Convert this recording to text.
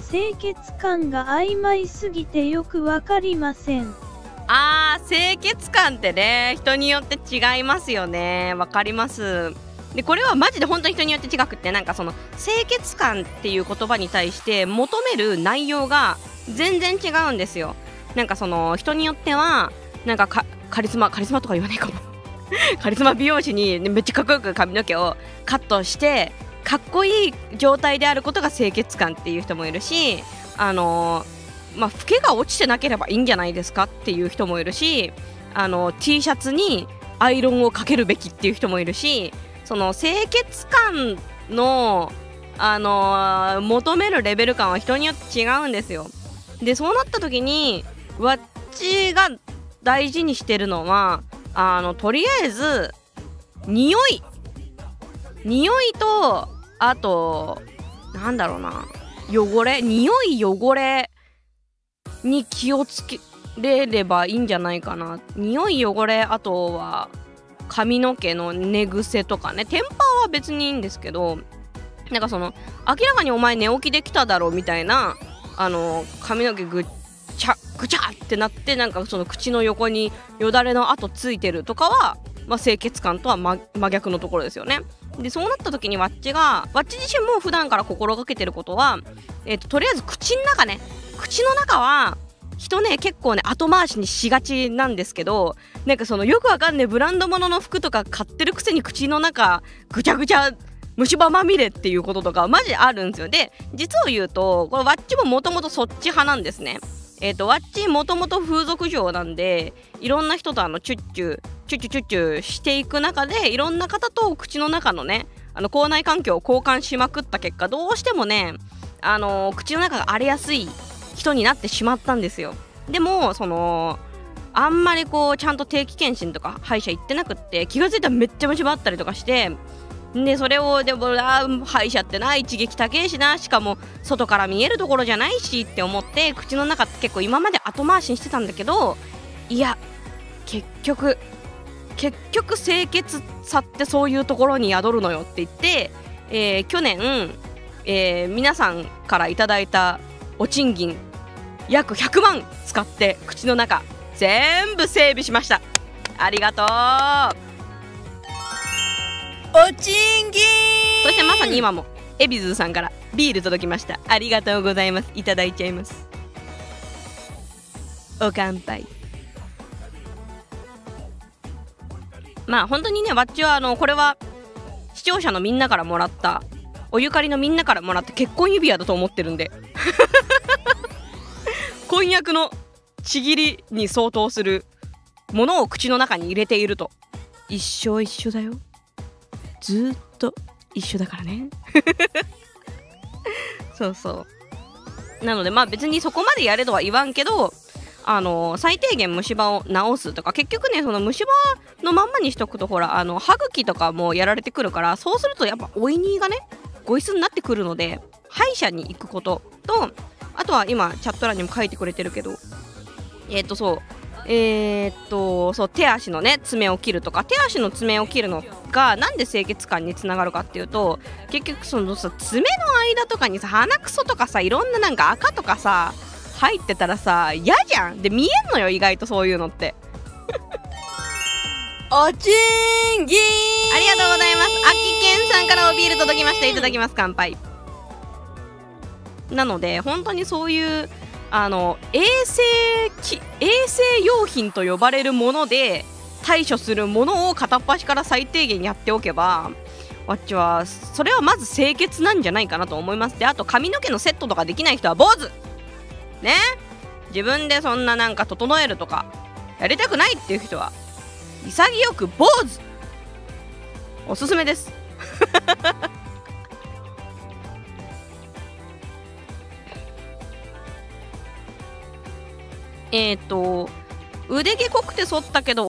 清潔感が曖昧すぎてよくわかりません。 清潔感ってね、人によって違いますよね。わかります。でこれはマジで本当に人によって違くって、なんかその清潔感っていう言葉に対して求める内容が全然違うんですよ。なんかその人によってはなんかカリスマとか言わないかもカリスマ美容師にめっちゃかっこよく髪の毛をカットしてかっこいい状態であることが清潔感っていう人もいるし、老けが落ちてなければいいんじゃないですかっていう人もいるし、T シャツにアイロンをかけるべきっていう人もいるし、その清潔感の、求めるレベル感は人によって違うんですよ。でそうなった時にわっちが大事にしてるのはとりあえず匂いと、あとなんだろうな、匂い汚れに気をつけれればいいんじゃないかな。匂い汚れ、あとは髪の毛の寝癖とかね。テンパーは別にいいんですけど、なんかその明らかにお前寝起きできただろみたいな髪の毛ぐちゃってなって、なんかその口の横によだれの跡ついてるとかは、清潔感とは真逆のところですよね。でそうなった時にわっち自身も普段から心がけてることは、とりあえず口の中は人ね結構ね後回しにしがちなんですけど、なんかそのよくわかんねえブランド物の服とか買ってるくせに口の中ぐちゃぐちゃ虫歯まみれっていうこととかマジあるんですよ。で実を言うとこれわっちももともとそっち派なんですね。わっちもともと風俗嬢なんで、いろんな人とチュッチュしていく中で、いろんな方と口の中のね口内環境を交換しまくった結果、どうしてもね口の中が荒れやすい人になってしまったんですよ。でもあんまりちゃんと定期検診とか歯医者行ってなくって、気がついたらめっちゃ虫歯あったりとかして、でそれをでも歯医者ってな一撃高えしな、しかも外から見えるところじゃないしって思って口の中って結構今まで後回しにしてたんだけど、いや結局清潔さってそういうところに宿るのよって言って、去年、皆さんからいただいたお賃金約100万使って口の中全部整備しました。ありがとう。 お賃金。 そしてまさに今もエビズーさんからビール届きました。ありがとうございます。いただいちゃいます。お乾杯。本当にね、わっちはこれは視聴者のみんなからもらった、おゆかりのみんなからもらった結婚指輪だと思ってるんで婚約のちぎりに相当するものを口の中に入れていると、一生一緒だよ、ずっと一緒だからねそうなので別にそこまでやれとは言わんけど、最低限虫歯を治すとか、結局ねその虫歯のまんまにしとくとほら歯茎とかもやられてくるから、そうするとやっぱおいにがねごいすになってくるので、歯医者に行くことと、あとは今チャット欄にも書いてくれてるけど、手足のね爪を切るとか、手足の爪を切るのがなんで清潔感につながるかっていうと、結局そのさ爪の間とかにさ鼻くそとかさいろんななんか赤とかさ入ってたらさ嫌じゃん。で見えんのよ意外とそういうのってお賃金。 ありがとうございます。あきけんさんからおビール届きました。いただきます。乾杯。なので本当にそういう衛生用品と呼ばれるもので対処するものを片っ端から最低限やっておけば、わっちはそれはまず清潔なんじゃないかなと思います。であと髪の毛のセットとかできない人は坊主ね、自分でそんななんか整えるとかやりたくないっていう人は潔く坊主おすすめです腕毛濃くて剃ったけど